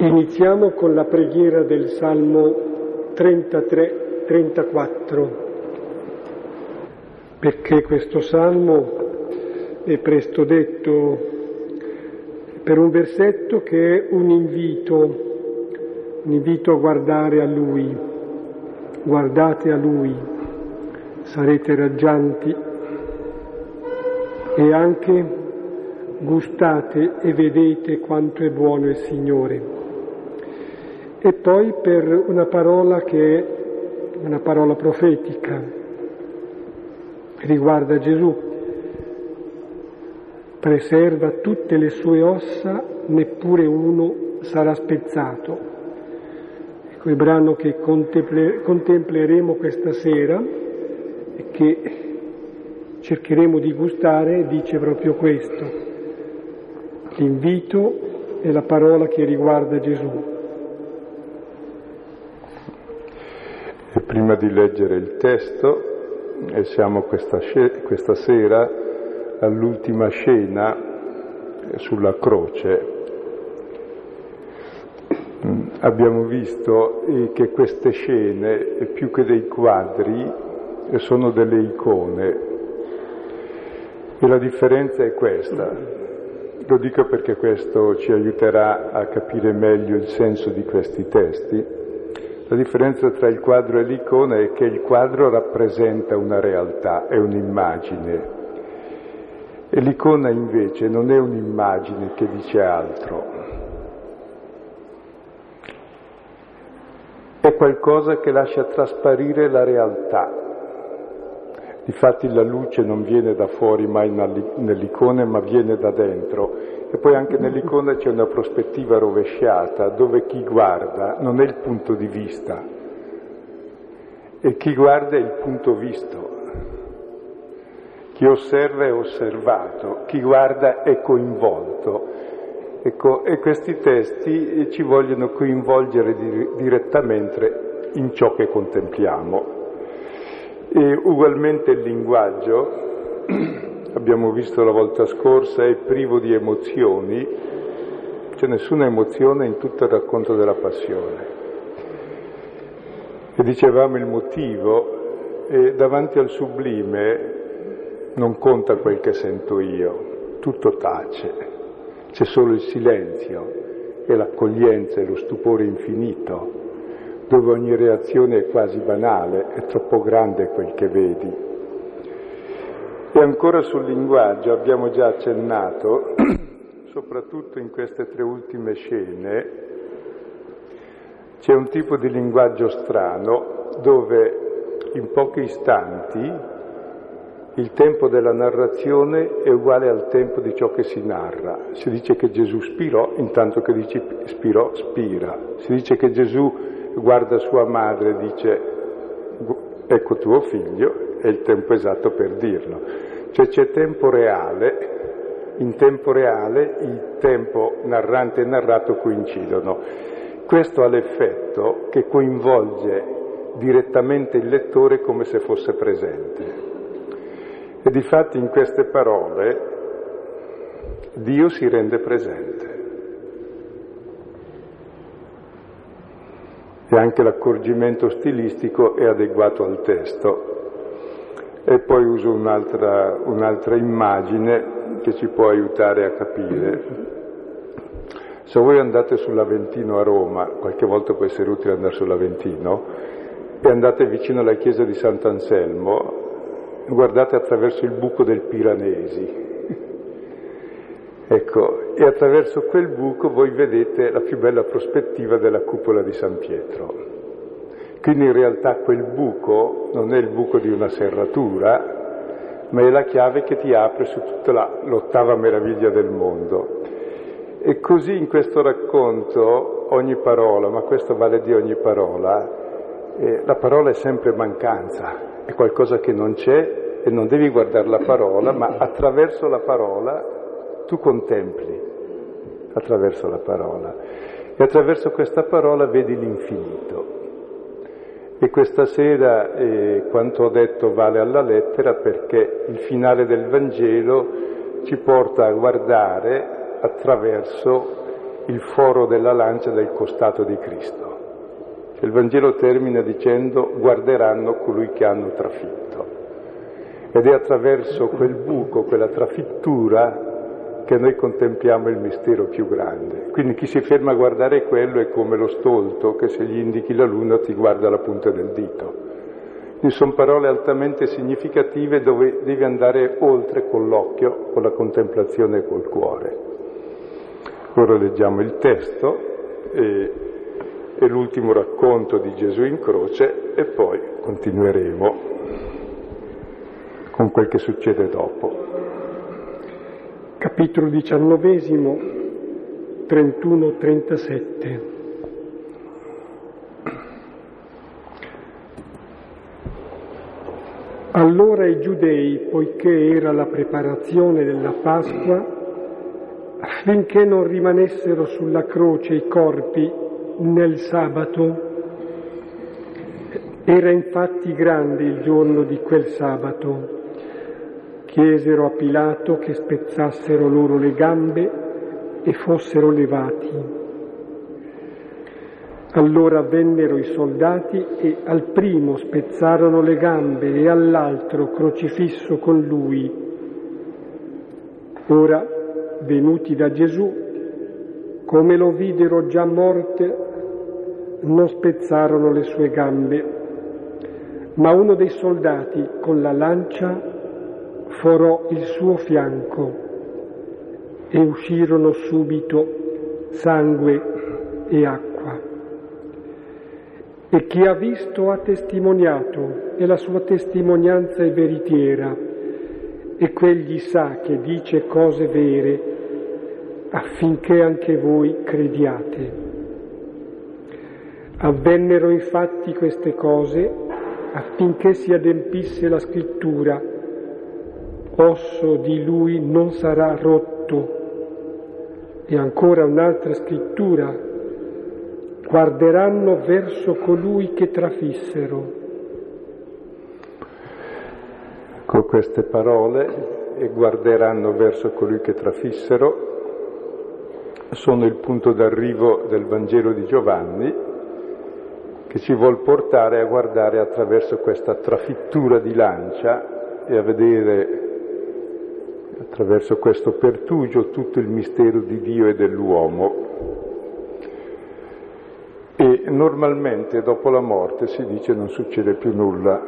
Iniziamo con la preghiera del Salmo 33-34, perché questo Salmo è presto detto per un versetto che è un invito a guardare a Lui. Guardate a Lui, sarete raggianti, e anche gustate e vedete quanto è buono il Signore. E poi per una parola che è una parola profetica, riguarda Gesù. Preserva tutte le sue ossa, neppure uno sarà spezzato. Ecco, il brano che contempleremo questa sera e che cercheremo di gustare dice proprio questo. L'invito è la parola che riguarda Gesù. E prima di leggere il testo, e siamo questa sera all'ultima scena sulla croce, abbiamo visto che queste scene, più che dei quadri, sono delle icone. E la differenza è questa. Lo dico perché questo ci aiuterà a capire meglio il senso di questi testi. La differenza tra il quadro e l'icona è che il quadro rappresenta una realtà, è un'immagine, e l'icona invece non è un'immagine che dice altro, è qualcosa che lascia trasparire la realtà. Difatti la luce non viene da fuori mai nell'icona, ma viene da dentro. E poi anche nell'icona c'è una prospettiva rovesciata, dove chi guarda non è il punto di vista, e chi guarda è il punto visto. Chi osserva è osservato, chi guarda è coinvolto. Ecco, e questi testi ci vogliono coinvolgere direttamente in ciò che contempliamo. E ugualmente il linguaggio, abbiamo visto la volta scorsa, è privo di emozioni, c'è nessuna emozione in tutto il racconto della passione. E dicevamo il motivo, davanti al sublime non conta quel che sento io, tutto tace, c'è solo il silenzio e l'accoglienza e lo stupore infinito, dove ogni reazione è quasi banale, è troppo grande quel che vedi. E ancora sul linguaggio abbiamo già accennato, soprattutto in queste tre ultime scene, c'è un tipo di linguaggio strano dove in pochi istanti il tempo della narrazione è uguale al tempo di ciò che si narra. Si dice che Gesù spirò, intanto che dice spirò, spira. Si dice che Gesù guarda sua madre e dice ecco tuo figlio, è il tempo esatto per dirlo. Cioè c'è tempo reale, in tempo reale il tempo narrante e narrato coincidono. Questo ha l'effetto che coinvolge direttamente il lettore come se fosse presente. E difatti in queste parole Dio si rende presente. E anche l'accorgimento stilistico è adeguato al testo. E poi uso un'altra immagine che ci può aiutare a capire. Se voi andate sull'Aventino a Roma, qualche volta può essere utile andare sull'Aventino, e andate vicino alla chiesa di Sant'Anselmo, guardate attraverso il buco del Piranesi. Ecco, e attraverso quel buco voi vedete la più bella prospettiva della cupola di San Pietro. Quindi in realtà quel buco non è il buco di una serratura, ma è la chiave che ti apre su tutta l'ottava meraviglia del mondo. E così in questo racconto ogni parola, ma questo vale di ogni parola, la parola è sempre mancanza, è qualcosa che non c'è e non devi guardare la parola, ma attraverso la parola tu contempli, attraverso la parola. E attraverso questa parola vedi l'infinito. E questa sera quanto ho detto vale alla lettera, perché il finale del Vangelo ci porta a guardare attraverso il foro della lancia del costato di Cristo. Il Vangelo termina dicendo guarderanno colui che hanno trafitto. Ed è attraverso quel buco, quella trafittura, che noi contempliamo il mistero più grande. Quindi chi si ferma a guardare quello è come lo stolto che se gli indichi la luna ti guarda la punta del dito. Quindi sono parole altamente significative dove devi andare oltre con l'occhio, con la contemplazione e col cuore. Ora leggiamo il testo e l'ultimo racconto di Gesù in croce e poi continueremo con quel che succede dopo. Capitolo 19, 31-37. Allora i giudei, poiché era la preparazione della Pasqua, affinché non rimanessero sulla croce i corpi nel sabato, era infatti grande il giorno di quel sabato, chiesero a Pilato che spezzassero loro le gambe e fossero levati. Allora vennero i soldati e al primo spezzarono le gambe e all'altro crocifisso con lui. Ora, venuti da Gesù, come lo videro già morte, non spezzarono le sue gambe, ma uno dei soldati con la lancia forò il suo fianco e uscirono subito sangue e acqua. E chi ha visto ha testimoniato, e la sua testimonianza è veritiera, e quegli sa che dice cose vere, affinché anche voi crediate. Avvennero infatti queste cose affinché si adempisse la scrittura: osso di lui non sarà rotto. E ancora un'altra scrittura: guarderanno verso colui che trafissero. Con queste parole, e guarderanno verso colui che trafissero, sono il punto d'arrivo del Vangelo di Giovanni, che ci vuol portare a guardare attraverso questa trafittura di lancia e a vedere attraverso questo pertugio tutto il mistero di Dio e dell'uomo. E normalmente dopo la morte si dice non succede più nulla.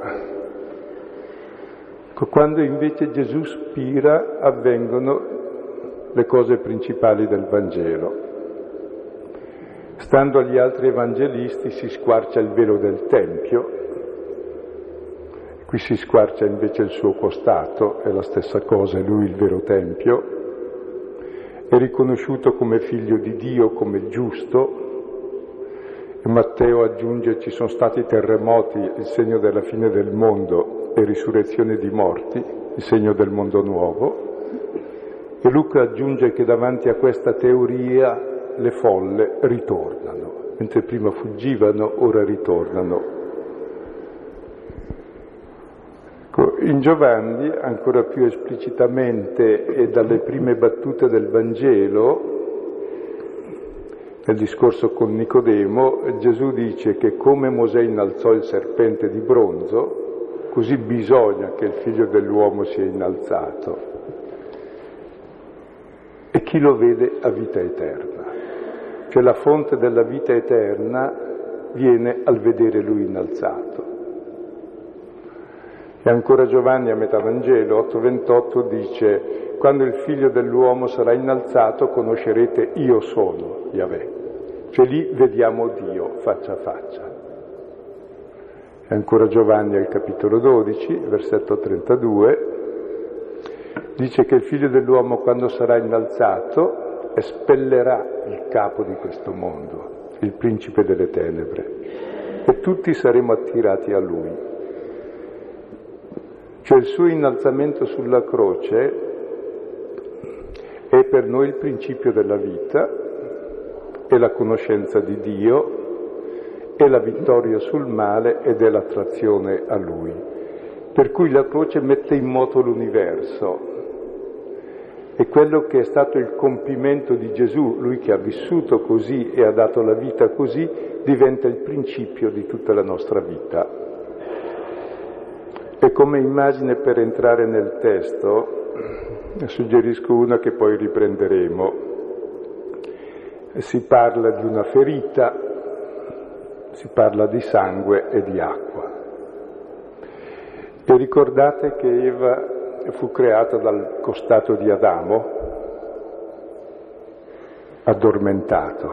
Quando invece Gesù spira avvengono le cose principali del Vangelo. Stando agli altri evangelisti si squarcia il velo del Tempio, qui si squarcia invece il suo costato, è la stessa cosa, è lui il vero Tempio, è riconosciuto come figlio di Dio, come giusto. E Matteo aggiunge: ci sono stati terremoti, il segno della fine del mondo, e risurrezione di morti, il segno del mondo nuovo. E Luca aggiunge che davanti a questa teoria le folle ritornano, mentre prima fuggivano, ora ritornano. In Giovanni, ancora più esplicitamente e dalle prime battute del Vangelo, nel discorso con Nicodemo, Gesù dice che come Mosè innalzò il serpente di bronzo, così bisogna che il Figlio dell'uomo sia innalzato. E chi lo vede ha vita eterna. Cioè la fonte della vita eterna viene al vedere lui innalzato. E ancora Giovanni a metà Vangelo, 8:28, dice: quando il Figlio dell'uomo sarà innalzato conoscerete io sono Yahweh. Cioè lì vediamo Dio faccia a faccia. E ancora Giovanni al capitolo 12, versetto 32, dice che il Figlio dell'uomo quando sarà innalzato espellerà il capo di questo mondo, il principe delle tenebre, e tutti saremo attirati a lui. Cioè il suo innalzamento sulla croce è per noi il principio della vita, è la conoscenza di Dio, è la vittoria sul male ed è l'attrazione a Lui. Per cui la croce mette in moto l'universo. E quello che è stato il compimento di Gesù, lui che ha vissuto così e ha dato la vita così, diventa il principio di tutta la nostra vita. E come immagine per entrare nel testo, ne suggerisco una che poi riprenderemo. Si parla di una ferita, si parla di sangue e di acqua. E ricordate che Eva fu creata dal costato di Adamo, addormentato.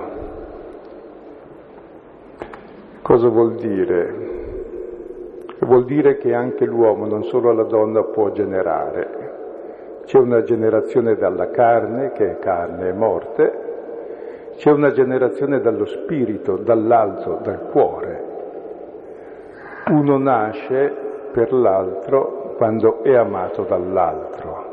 Cosa vuol dire? Vuol dire che anche l'uomo, non solo la donna, può generare. C'è una generazione dalla carne, che è carne e morte, c'è una generazione dallo spirito, dall'alto, dal cuore. Uno nasce per l'altro quando è amato dall'altro.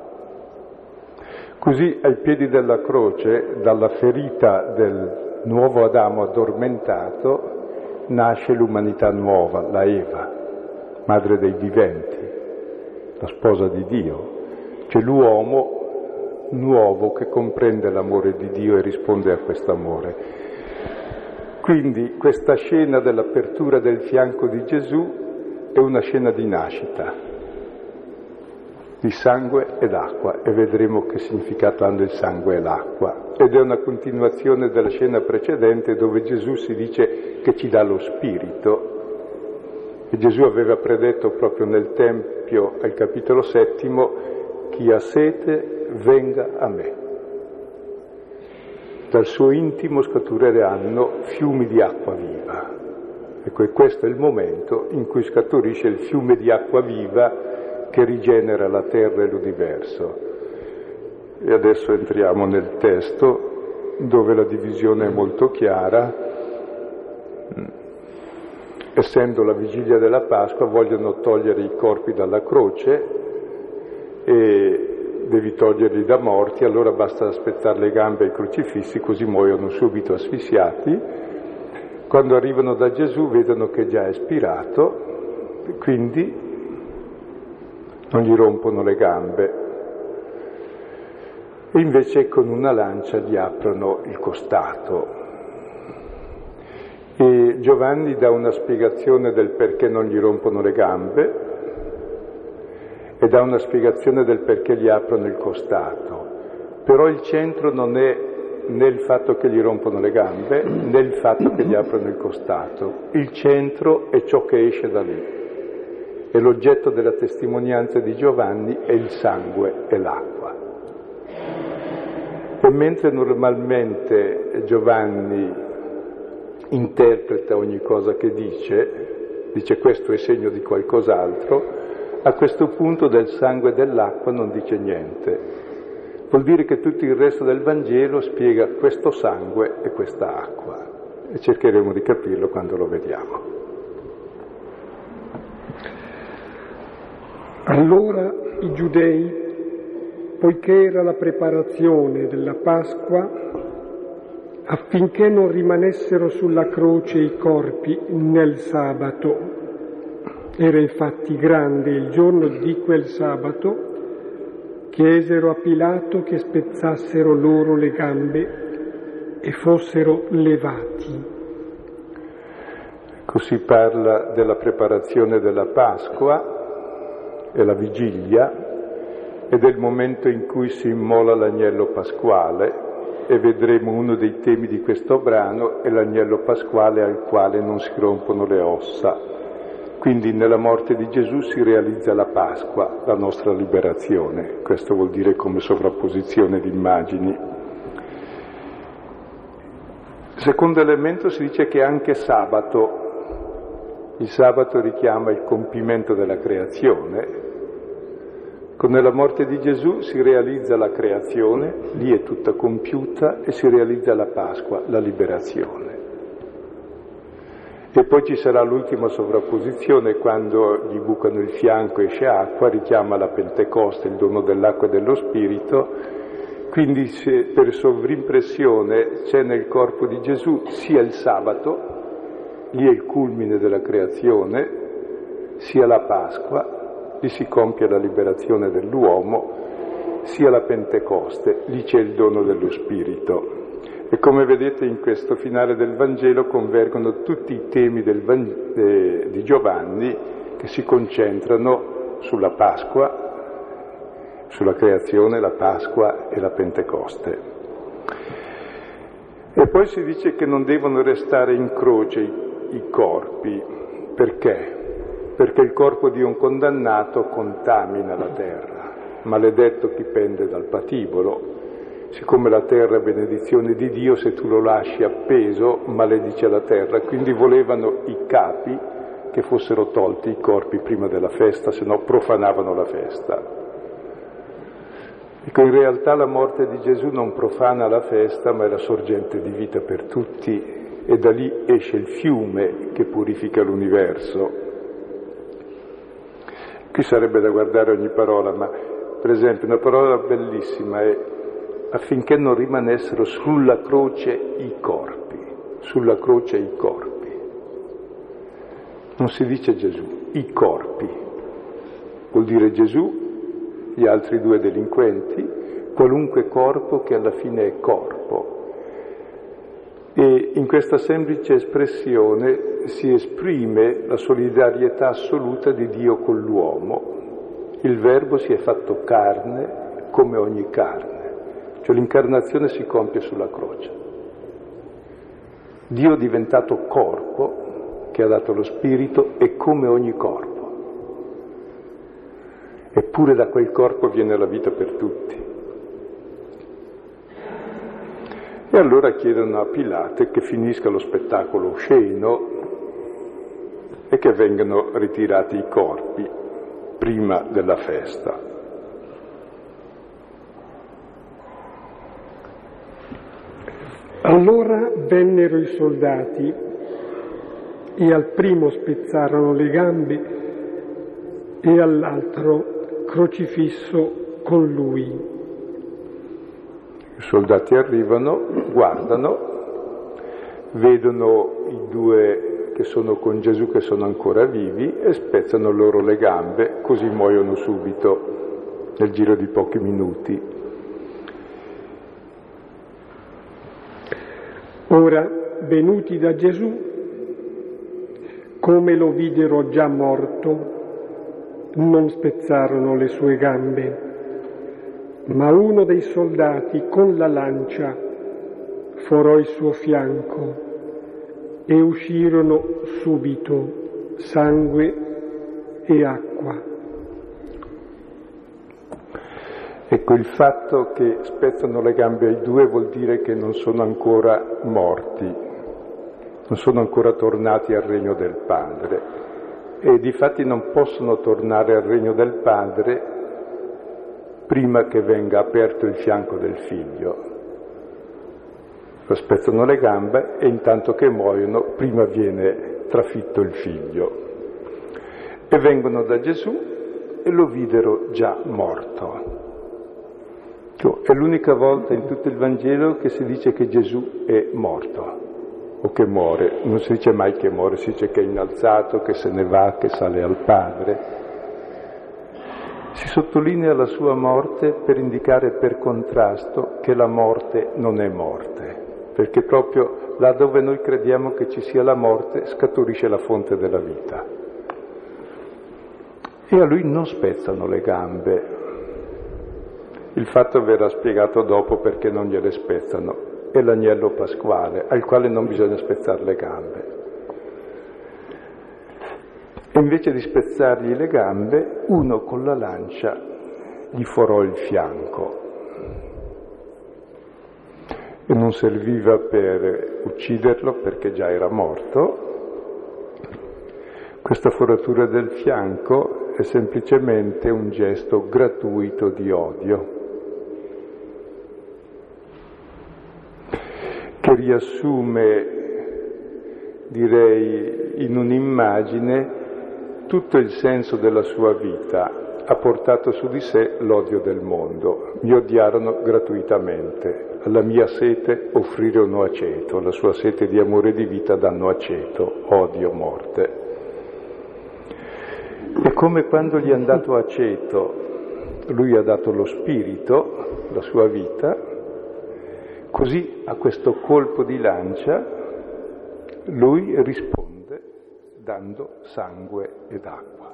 Così ai piedi della croce, dalla ferita del nuovo Adamo addormentato, nasce l'umanità nuova, la Eva, madre dei viventi, la sposa di Dio. C'è l'uomo nuovo che comprende l'amore di Dio e risponde a quest'amore. Quindi questa scena dell'apertura del fianco di Gesù è una scena di nascita, di sangue ed acqua, e vedremo che significato hanno il sangue e l'acqua. Ed è una continuazione della scena precedente dove Gesù si dice che ci dà lo Spirito. E Gesù aveva predetto proprio nel Tempio, al capitolo 7, chi ha sete venga a me. Dal suo intimo scatureranno fiumi di acqua viva. Ecco, e questo è il momento in cui scaturisce il fiume di acqua viva che rigenera la terra e l'universo. E adesso entriamo nel testo, dove la divisione è molto chiara. Essendo la vigilia della Pasqua, vogliono togliere i corpi dalla croce e devi toglierli da morti, allora basta aspettare le gambe ai crocifissi, così muoiono subito asfissiati. Quando arrivano da Gesù vedono che già è spirato, quindi non gli rompono le gambe, e invece con una lancia gli aprono il costato. E Giovanni dà una spiegazione del perché non gli rompono le gambe e dà una spiegazione del perché gli aprono il costato. Però il centro non è né il fatto che gli rompono le gambe né il fatto che gli aprono il costato. Il centro è ciò che esce da lì. E l'oggetto della testimonianza di Giovanni è il sangue e l'acqua. E mentre normalmente Giovanni interpreta ogni cosa che dice questo è segno di qualcos'altro, a questo punto del sangue e dell'acqua non dice niente. Vuol dire che tutto il resto del Vangelo spiega questo sangue e questa acqua. E cercheremo di capirlo quando lo vediamo. Allora i giudei, poiché era la preparazione della Pasqua, affinché non rimanessero sulla croce i corpi nel sabato, era infatti grande il giorno di quel sabato, chiesero a Pilato che spezzassero loro le gambe e fossero levati. Così parla della preparazione della Pasqua e la vigilia e del momento in cui si immola l'agnello pasquale, e vedremo uno dei temi di questo brano è l'agnello pasquale al quale non si rompono le ossa. Quindi nella morte di Gesù si realizza la Pasqua, la nostra liberazione. Questo vuol dire come sovrapposizione di immagini. Secondo elemento si dice che anche sabato. Il sabato richiama il compimento della creazione. Con la morte di Gesù si realizza la creazione, lì è tutta compiuta, e si realizza la Pasqua, la liberazione. E poi ci sarà l'ultima sovrapposizione, quando gli bucano il fianco e esce acqua, richiama la Pentecoste, il dono dell'acqua e dello Spirito. Quindi per sovrimpressione c'è nel corpo di Gesù sia il sabato, lì è il culmine della creazione, sia la Pasqua, lì si compie la liberazione dell'uomo, sia la Pentecoste, lì c'è il dono dello Spirito. E come vedete in questo finale del Vangelo convergono tutti i temi di Giovanni che si concentrano sulla Pasqua, sulla creazione, la Pasqua e la Pentecoste. E poi si dice che non devono restare in croce i corpi. Perché? Perché il corpo di un condannato contamina la terra. Maledetto chi pende dal patibolo. Siccome la terra è benedizione di Dio, se tu lo lasci appeso, maledice la terra. Quindi volevano i capi che fossero tolti i corpi prima della festa, se no profanavano la festa. Ecco, in realtà la morte di Gesù non profana la festa, ma è la sorgente di vita per tutti, e da lì esce il fiume che purifica l'universo. Qui sarebbe da guardare ogni parola, ma per esempio una parola bellissima è affinché non rimanessero sulla croce i corpi, sulla croce i corpi. Non si dice Gesù, i corpi. Vuol dire Gesù, gli altri due delinquenti, qualunque corpo che alla fine è corpo. E in questa semplice espressione si esprime la solidarietà assoluta di Dio con l'uomo. Il Verbo si è fatto carne come ogni carne. Cioè l'incarnazione si compie sulla croce. Dio è diventato corpo, che ha dato lo Spirito, e come ogni corpo. Eppure da quel corpo viene la vita per tutti. E allora chiedono a Pilate che finisca lo spettacolo osceno e che vengano ritirati i corpi prima della festa. Allora vennero i soldati e al primo spezzarono le gambe e all'altro crocifisso con lui. I soldati arrivano, guardano, vedono i due che sono con Gesù che sono ancora vivi e spezzano loro le gambe, così muoiono subito nel giro di pochi minuti. Ora, venuti da Gesù, come lo videro già morto, non spezzarono le sue gambe, ma uno dei soldati con la lancia forò il suo fianco e uscirono subito sangue e acqua. Ecco, il fatto che spezzano le gambe ai due vuol dire che non sono ancora morti, non sono ancora tornati al regno del Padre e difatti non possono tornare al regno del Padre prima che venga aperto il fianco del Figlio. Lo spezzano le gambe e intanto che muoiono prima viene trafitto il Figlio. E vengono da Gesù e lo videro già morto. È l'unica volta in tutto il Vangelo che si dice che Gesù è morto o che muore. Non si dice mai che muore, si dice che è innalzato, che se ne va, che sale al Padre. Si sottolinea la sua morte per indicare per contrasto che la morte non è morte, perché proprio là dove noi crediamo che ci sia la morte scaturisce la fonte della vita. E a lui non spezzano le gambe. Il fatto verrà spiegato dopo perché non gliele spezzano. È l'agnello pasquale, al quale non bisogna spezzare le gambe. E invece di spezzargli le gambe, uno con la lancia gli forò il fianco. E non serviva per ucciderlo perché già era morto. Questa foratura del fianco è semplicemente un gesto gratuito di odio, che riassume, direi, in un'immagine tutto il senso della sua vita. Ha portato su di sé l'odio del mondo. Mi odiarono gratuitamente. Alla mia sete offrirono aceto, alla sua sete di amore e di vita danno aceto, odio, morte. E come quando gli hanno dato aceto lui ha dato lo spirito, la sua vita, così a questo colpo di lancia lui risponde dando sangue ed acqua.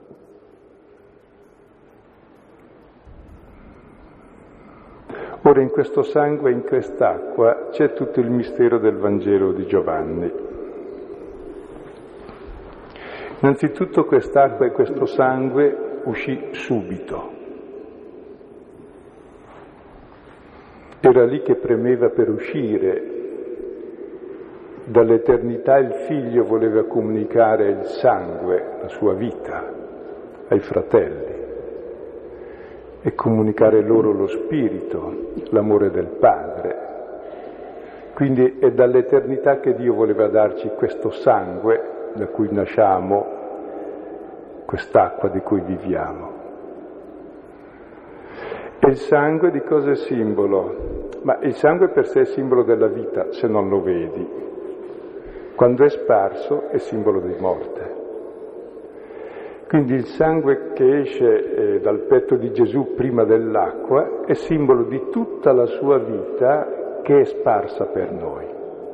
Ora in questo sangue e in quest'acqua c'è tutto il mistero del Vangelo di Giovanni. Innanzitutto quest'acqua e questo sangue uscì subito. Era lì che premeva per uscire. Dall'eternità il Figlio voleva comunicare il sangue, la sua vita, ai fratelli e comunicare loro lo Spirito, l'amore del Padre. Quindi è dall'eternità che Dio voleva darci questo sangue da cui nasciamo, quest'acqua di cui viviamo. E il sangue di cosa è simbolo? Ma il sangue per sé è simbolo della vita, se non lo vedi. Quando è sparso è simbolo di morte. Quindi il sangue che esce dal petto di Gesù prima dell'acqua è simbolo di tutta la sua vita che è sparsa per noi.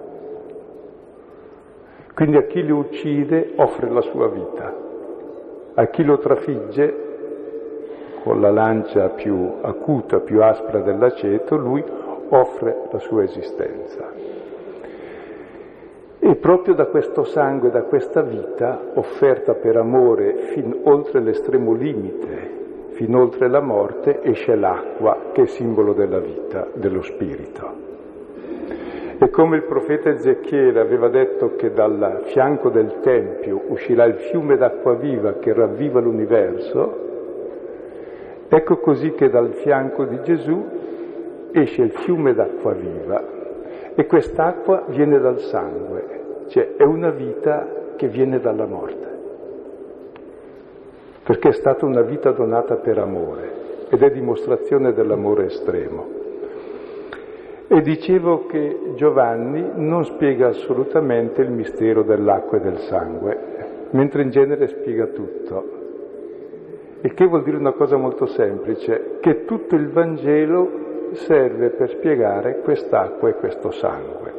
Quindi a chi lo uccide offre la sua vita, a chi lo trafigge con la lancia più acuta, più aspra dell'aceto, lui offre la sua esistenza. E proprio da questo sangue, da questa vita, offerta per amore fin oltre l'estremo limite, fin oltre la morte, esce l'acqua, che è simbolo della vita, dello Spirito. E come il profeta Ezechiele aveva detto che dal fianco del Tempio uscirà il fiume d'acqua viva che ravviva l'universo, ecco così che dal fianco di Gesù esce il fiume d'acqua viva e quest'acqua viene dal sangue, cioè è una vita che viene dalla morte, perché è stata una vita donata per amore ed è dimostrazione dell'amore estremo. E dicevo che Giovanni non spiega assolutamente il mistero dell'acqua e del sangue, mentre in genere spiega tutto. Il che vuol dire una cosa molto semplice, che tutto il Vangelo serve per spiegare quest'acqua e questo sangue.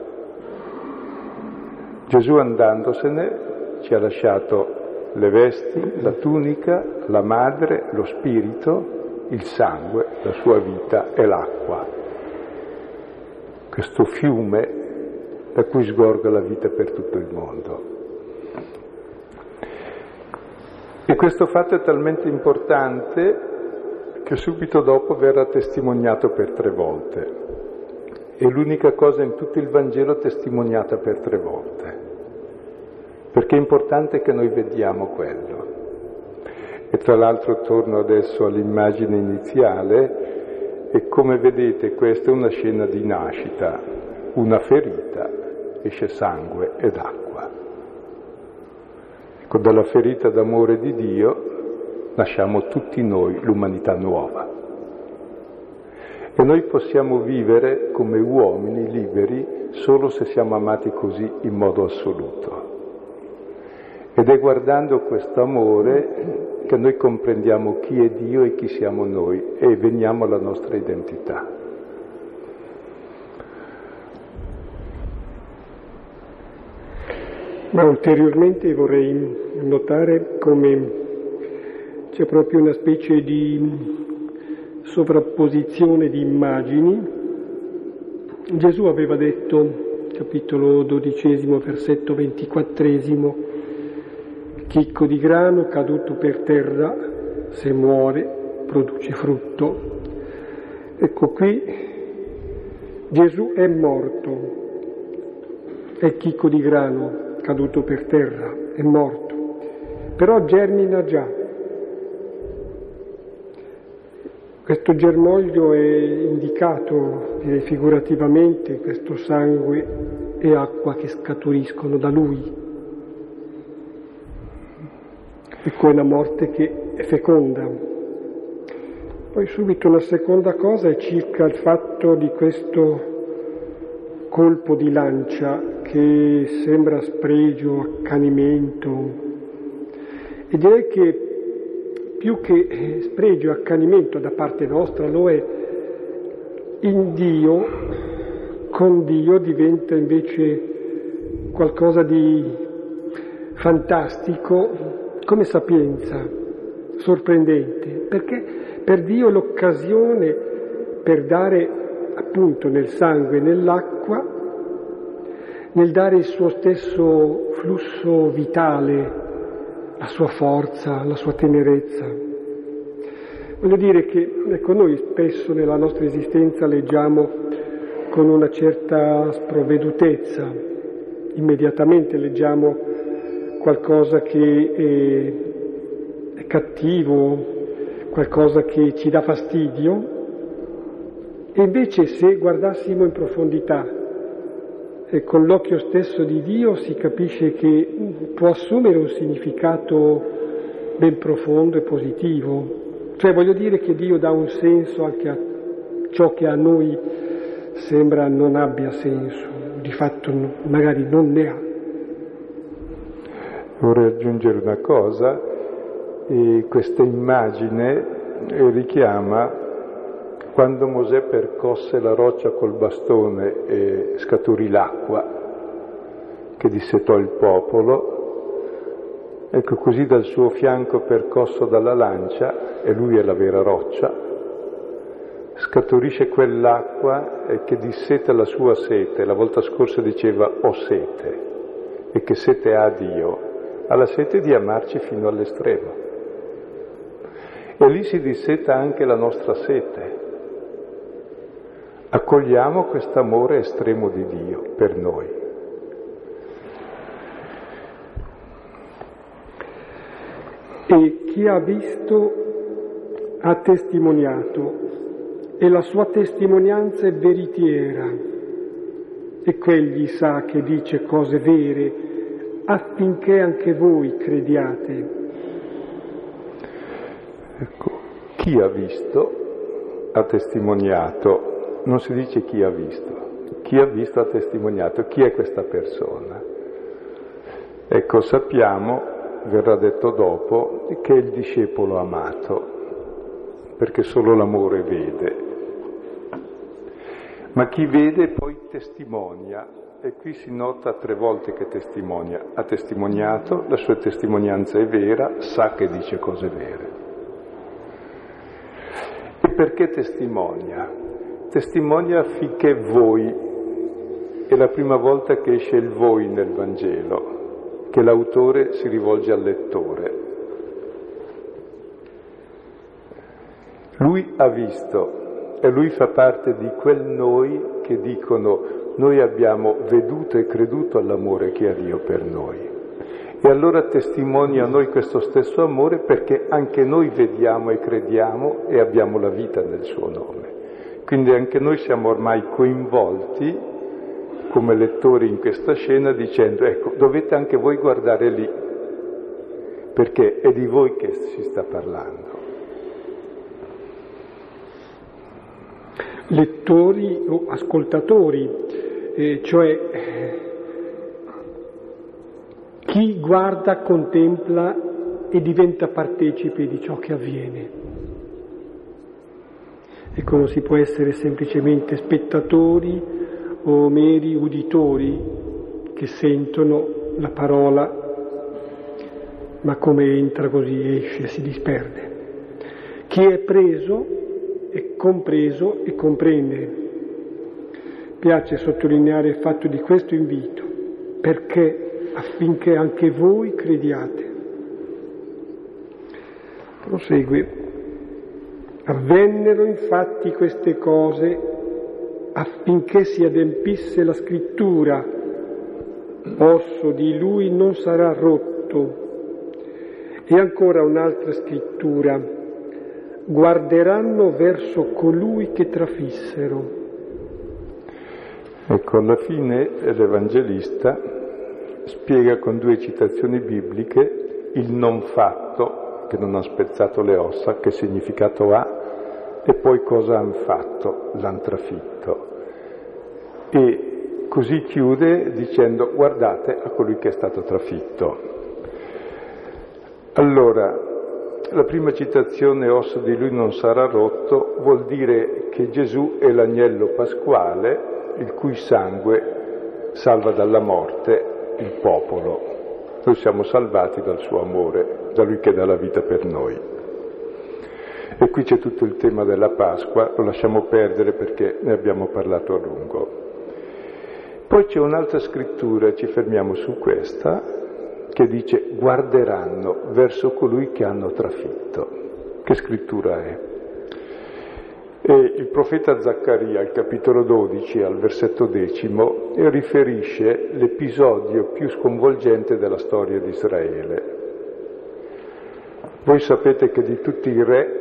Gesù andandosene ci ha lasciato le vesti, la tunica, la madre, lo spirito, il sangue, la sua vita e l'acqua. Questo fiume da cui sgorga la vita per tutto il mondo. E questo fatto è talmente importante che subito dopo verrà testimoniato per 3 volte. È l'unica cosa in tutto il Vangelo testimoniata per 3 volte, perché è importante che noi vediamo quello. E tra l'altro torno adesso all'immagine iniziale, e come vedete questa è una scena di nascita, una ferita, esce sangue ed acqua. Ecco, dalla ferita d'amore di Dio nasciamo tutti noi, l'umanità nuova. E noi possiamo vivere come uomini liberi solo se siamo amati così in modo assoluto. Ed è guardando questo amore che noi comprendiamo chi è Dio e chi siamo noi e veniamo alla nostra identità. Ma ulteriormente vorrei notare come c'è proprio una specie di sovrapposizione di immagini. Gesù aveva detto, capitolo 12, versetto 24, chicco di grano caduto per terra, se muore, produce frutto. Ecco qui Gesù è morto, è chicco di grano caduto per terra, è morto, però germina già. Questo germoglio è indicato, direi figurativamente, questo sangue e acqua che scaturiscono da Lui. Ecco, è una morte che è feconda. Poi subito la seconda cosa è circa il fatto di questo colpo di lancia che sembra spregio, accanimento. E direi che più che spregio e accanimento da parte nostra lo è in Dio, con Dio diventa invece qualcosa di fantastico, come sapienza, sorprendente, perché per Dio è l'occasione per dare appunto nel sangue e nell'acqua, nel dare il suo stesso flusso vitale, la sua forza, la sua tenerezza. Voglio dire che, ecco, noi spesso nella nostra esistenza leggiamo con una certa sprovvedutezza, immediatamente leggiamo qualcosa che è cattivo, qualcosa che ci dà fastidio, e invece se guardassimo in profondità e con l'occhio stesso di Dio si capisce che può assumere un significato ben profondo e positivo. Cioè voglio dire che Dio dà un senso anche a ciò che a noi sembra non abbia senso, di fatto magari non ne ha. Vorrei aggiungere una cosa, e questa immagine richiama quando Mosè percosse la roccia col bastone e scaturì l'acqua che dissetò il popolo. Ecco, così dal suo fianco percosso dalla lancia, e lui è la vera roccia, scaturisce quell'acqua che disseta la sua sete. La volta scorsa diceva ho sete, e che sete ha Dio? Ha la sete di amarci fino all'estremo. E lì si disseta anche la nostra sete. Accogliamo quest'amore estremo di Dio per noi. E chi ha visto ha testimoniato, e la sua testimonianza è veritiera, e quegli sa che dice cose vere, affinché anche voi crediate. Ecco, chi ha visto ha testimoniato, non si dice chi ha visto ha testimoniato. Chi è questa persona? Ecco, sappiamo, verrà detto dopo, che è il discepolo amato, perché solo l'amore vede. Ma chi vede poi testimonia, e qui si nota 3 volte che testimonia. Ha testimoniato, la sua testimonianza è vera, sa che dice cose vere. E perché testimonia? Testimonia affinché voi, è la prima volta che esce il voi nel Vangelo, che l'autore si rivolge al lettore. Lui ha visto, e lui fa parte di quel noi che dicono noi abbiamo veduto e creduto all'amore che ha Dio per noi. E allora testimonia a noi questo stesso amore perché anche noi vediamo e crediamo e abbiamo la vita nel suo nome. Quindi anche noi siamo ormai coinvolti come lettori in questa scena dicendo ecco, dovete anche voi guardare lì, perché è di voi che si sta parlando. Lettori o ascoltatori, cioè chi guarda, contempla e diventa partecipe di ciò che avviene. Ecco, non si può essere semplicemente spettatori o meri uditori che sentono la parola, ma come entra così esce, si disperde. Chi è preso è compreso e comprende. Piace sottolineare il fatto di questo invito, perché affinché anche voi crediate. Prosegue. Avvennero infatti queste cose affinché si adempisse la scrittura, osso di lui non sarà rotto. E ancora un'altra scrittura, guarderanno verso colui che trafissero. Ecco, alla fine l'Evangelista spiega con 2 citazioni bibliche il non fatto, che non ha spezzato le ossa, che significato ha, e poi cosa hanno fatto, l'hanno trafitto. E così chiude dicendo guardate a colui che è stato trafitto. Allora, La prima citazione, osso di lui non sarà rotto, vuol dire che Gesù è l'agnello pasquale, il cui sangue salva dalla morte il popolo. Noi siamo salvati dal suo amore, da lui che dà la vita per noi. E qui c'è tutto il tema della Pasqua, lo lasciamo perdere perché ne abbiamo parlato a lungo. Poi c'è un'altra scrittura, ci fermiamo su questa, che dice guarderanno verso colui che hanno trafitto. Che scrittura è? E il profeta Zaccaria, al capitolo 12, al versetto 10, riferisce l'episodio più sconvolgente della storia di Israele. Voi sapete che di tutti i re,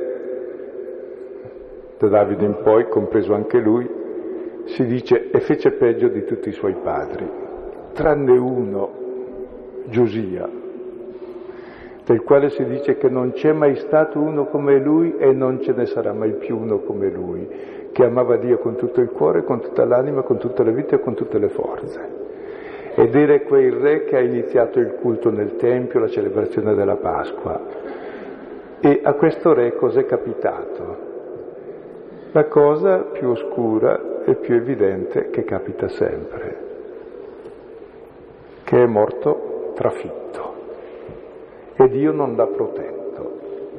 da Davide in poi, compreso anche lui, si dice e fece peggio di tutti i suoi padri, tranne uno, Giosia, del quale si dice che non c'è mai stato uno come lui e non ce ne sarà mai più uno come lui, che amava Dio con tutto il cuore, con tutta l'anima, con tutta la vita e con tutte le forze. Ed era quel re che ha iniziato il culto nel Tempio, la celebrazione della Pasqua. E a questo re cos'è capitato? La cosa più oscura e più evidente che capita sempre, che è morto trafitto e Dio non l'ha protetto.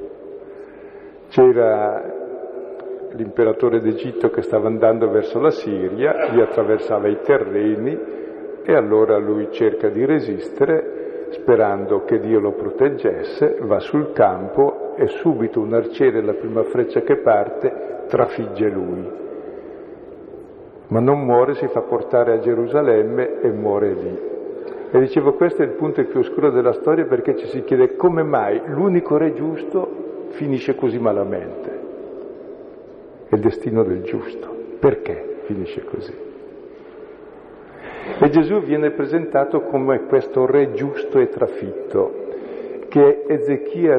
C'era l'imperatore d'Egitto che stava andando verso la Siria, gli attraversava i terreni e allora lui cerca di resistere sperando che Dio lo proteggesse, va sul campo e subito un arciere, la prima freccia che parte, trafigge lui. Ma non muore, si fa portare a Gerusalemme e muore lì. E dicevo, questo è il punto più oscuro della storia, perché ci si chiede come mai l'unico re giusto finisce così malamente. È il destino del giusto. Perché finisce così? E Gesù viene presentato come questo re giusto e trafitto, che Ezechia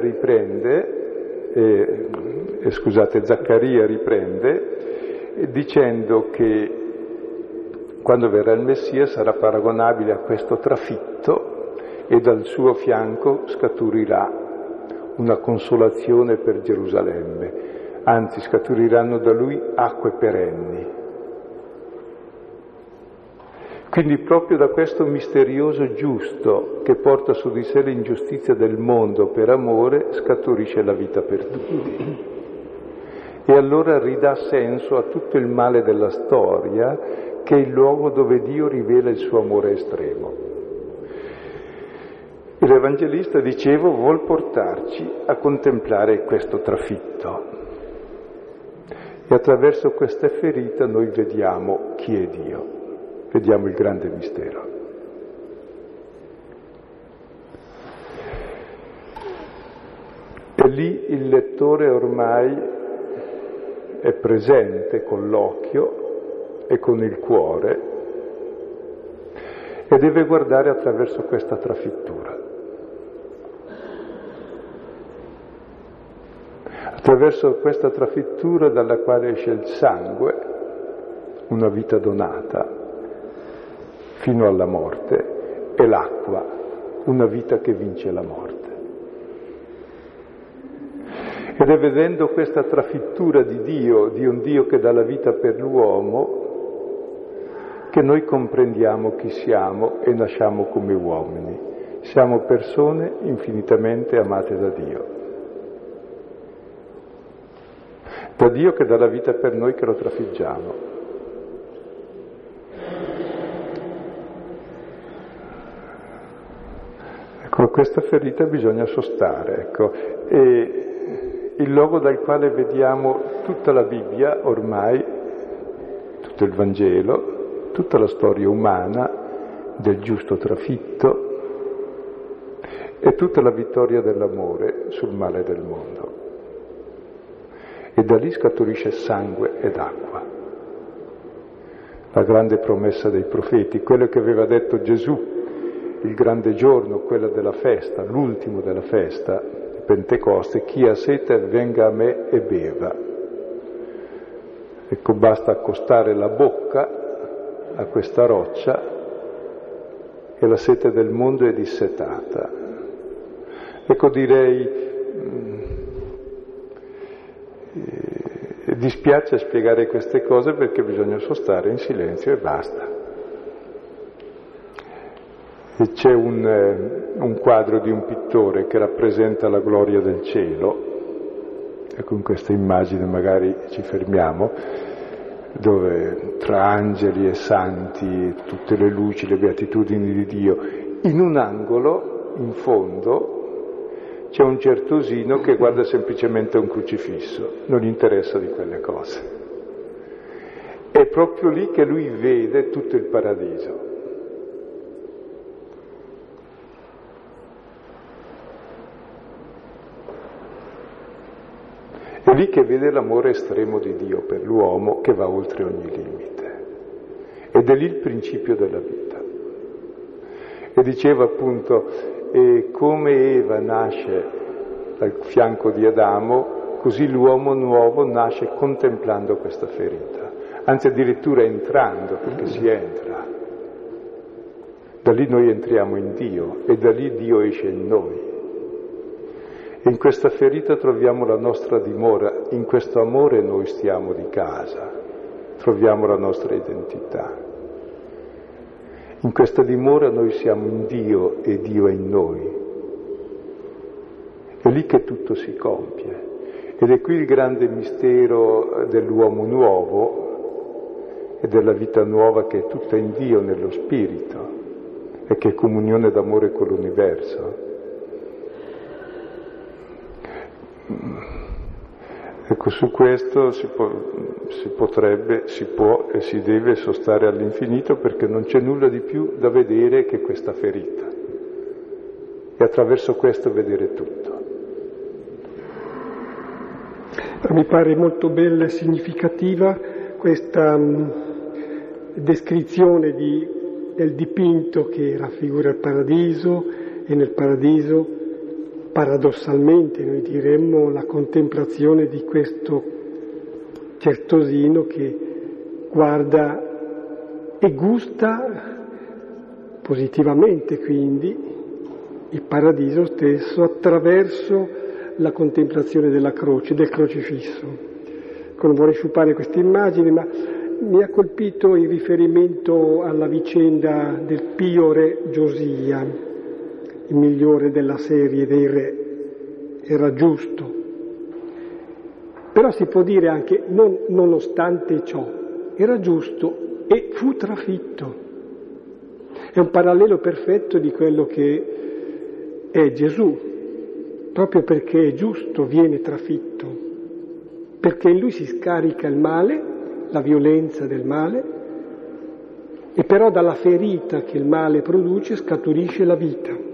Zaccaria riprende, dicendo che quando verrà il Messia sarà paragonabile a questo trafitto e dal suo fianco scaturirà una consolazione per Gerusalemme, anzi scaturiranno da lui acque perenni. Quindi proprio da questo misterioso giusto che porta su di sé l'ingiustizia del mondo per amore scaturisce la vita per tutti. E allora ridà senso a tutto il male della storia, che è il luogo dove Dio rivela il suo amore estremo. L'Evangelista, dicevo, vuol portarci a contemplare questo trafitto. E attraverso questa ferita noi vediamo chi è Dio, vediamo il grande mistero. E lì il lettore ormai è presente con l'occhio e con il cuore e deve guardare attraverso questa trafittura. Attraverso questa trafittura dalla quale esce il sangue, una vita donata fino alla morte, e l'acqua, una vita che vince la morte. Ed è vedendo questa trafittura di Dio, di un Dio che dà la vita per l'uomo, che noi comprendiamo chi siamo e nasciamo come uomini. Siamo persone infinitamente amate da Dio. Da Dio che dà la vita per noi che lo trafiggiamo. Ecco, questa ferita bisogna sostare, ecco. E il luogo dal quale vediamo tutta la Bibbia ormai, tutto il Vangelo, tutta la storia umana del giusto trafitto e tutta la vittoria dell'amore sul male del mondo. E da lì scaturisce sangue ed acqua. La grande promessa dei profeti, quello che aveva detto Gesù, il grande giorno, quello della festa, l'ultimo della festa, Pentecoste: chi ha sete venga a me e beva. Ecco, basta accostare la bocca a questa roccia e la sete del mondo è dissetata. Ecco, direi Dispiace spiegare queste cose perché bisogna stare in silenzio e basta. E c'è un quadro di un pittore che rappresenta la gloria del cielo, e con questa immagine magari ci fermiamo, dove tra angeli e santi, tutte le luci, le beatitudini di Dio, in un angolo, in fondo, c'è un certosino che guarda semplicemente un crocifisso, non gli interessa di quelle cose. È proprio lì che lui vede tutto il paradiso. È lì che vede l'amore estremo di Dio per l'uomo che va oltre ogni limite. Ed è lì il principio della vita. E diceva appunto, come Eva nasce dal fianco di Adamo, così l'uomo nuovo nasce contemplando questa ferita. Anzi addirittura entrando, perché si entra. Da lì noi entriamo in Dio e da lì Dio esce in noi. E in questa ferita troviamo la nostra dimora, in questo amore noi stiamo di casa, troviamo la nostra identità. In questa dimora noi siamo in Dio e Dio è in noi. È lì che tutto si compie. Ed è qui il grande mistero dell'uomo nuovo e della vita nuova che è tutta in Dio, nello Spirito, e che è comunione d'amore con l'universo. Ecco, su questo si può e si deve sostare all'infinito, perché non c'è nulla di più da vedere che questa ferita. E attraverso questo vedere tutto. Mi pare molto bella e significativa questa descrizione del dipinto che raffigura il paradiso, e nel paradiso paradossalmente noi diremmo la contemplazione di questo certosino che guarda e gusta positivamente quindi il paradiso stesso attraverso la contemplazione della croce, del crocifisso. Non vorrei sciupare queste immagini, ma mi ha colpito il riferimento alla vicenda del pio re Giosia, il migliore della serie dei re. Era giusto. Però si può dire anche, nonostante ciò, era giusto e fu trafitto. È un parallelo perfetto di quello che è Gesù. Proprio perché è giusto viene trafitto, perché in lui si scarica il male, la violenza del male, e però dalla ferita che il male produce scaturisce la vita.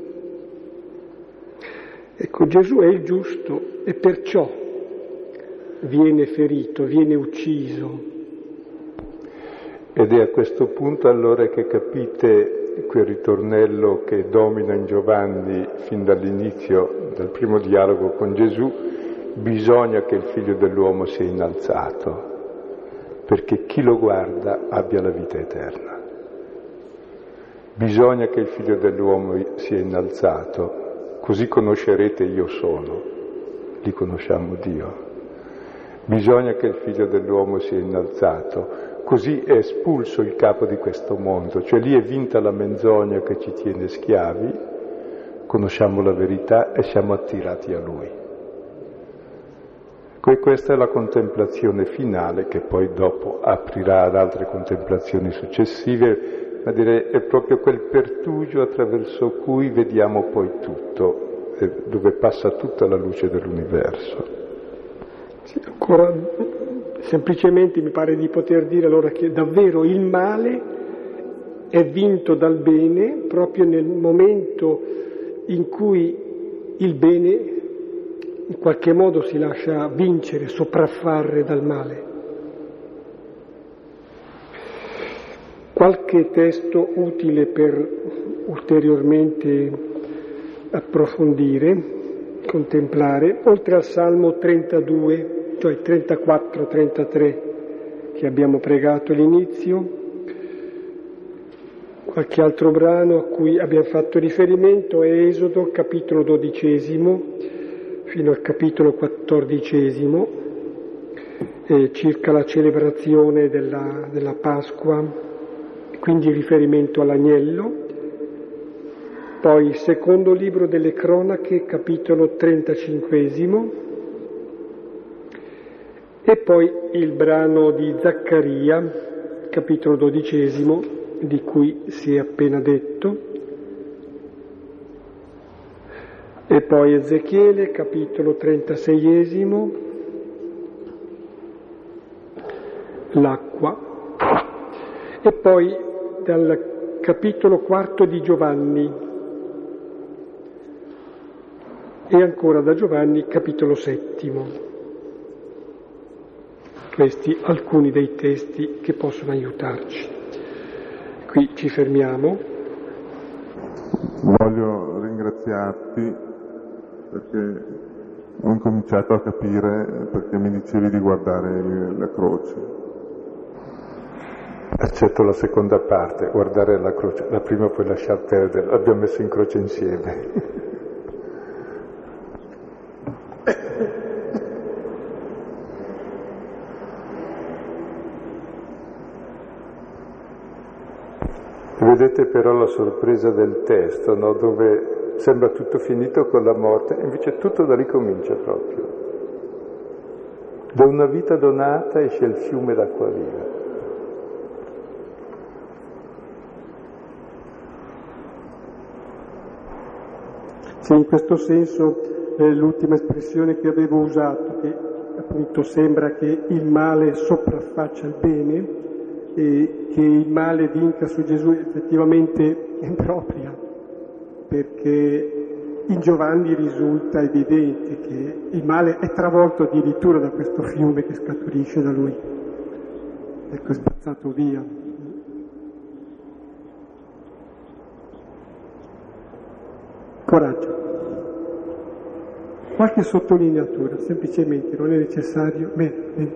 Ecco, Gesù è il giusto e perciò viene ferito, viene ucciso. Ed è a questo punto allora che capite quel ritornello che domina in Giovanni fin dall'inizio, dal primo dialogo con Gesù: bisogna che il Figlio dell'uomo sia innalzato, perché chi lo guarda abbia la vita eterna. Bisogna che il Figlio dell'uomo sia innalzato, così conoscerete io sono, lì conosciamo Dio. Bisogna che il Figlio dell'uomo sia innalzato, così è espulso il capo di questo mondo, cioè lì è vinta la menzogna che ci tiene schiavi, conosciamo la verità e siamo attirati a Lui. E questa è la contemplazione finale, che poi dopo aprirà ad altre contemplazioni successive, ma direi è proprio quel pertugio attraverso cui vediamo poi tutto, dove passa tutta la luce dell'universo. Sì, ancora semplicemente mi pare di poter dire allora che davvero il male è vinto dal bene proprio nel momento in cui il bene in qualche modo si lascia vincere, sopraffare dal male. Qualche testo utile per ulteriormente approfondire, contemplare, oltre al Salmo 32, cioè 34-33 che abbiamo pregato all'inizio, qualche altro brano a cui abbiamo fatto riferimento è Esodo, capitolo 12, fino al capitolo 14, circa la celebrazione della Pasqua, quindi riferimento all'agnello. Poi il secondo libro delle Cronache, capitolo 35, e poi il brano di Zaccaria, capitolo 12, di cui si è appena detto, e poi Ezechiele, capitolo 36, l'acqua, e poi dal capitolo 4 di Giovanni, e ancora da Giovanni, capitolo 7. Questi alcuni dei testi che possono aiutarci. Qui ci fermiamo. Voglio ringraziarti perché ho incominciato a capire perché mi dicevi di guardare la croce. Eccetto la seconda parte, guardare la croce. La prima puoi lasciar perdere, l'abbiamo messo in croce insieme. Vedete però la sorpresa del testo, no? Dove sembra tutto finito con la morte, invece tutto da ricomincia proprio. Da una vita donata esce il fiume d'acqua viva. Sì, in questo senso l'ultima espressione che avevo usato, che appunto sembra che il male sopraffaccia il bene, e che il male vinca su Gesù, effettivamente è propria, perché in Giovanni risulta evidente che il male è travolto addirittura da questo fiume che scaturisce da lui, ecco, è spazzato via. Coraggio. Qualche sottolineatura, semplicemente, non è necessario. Bene.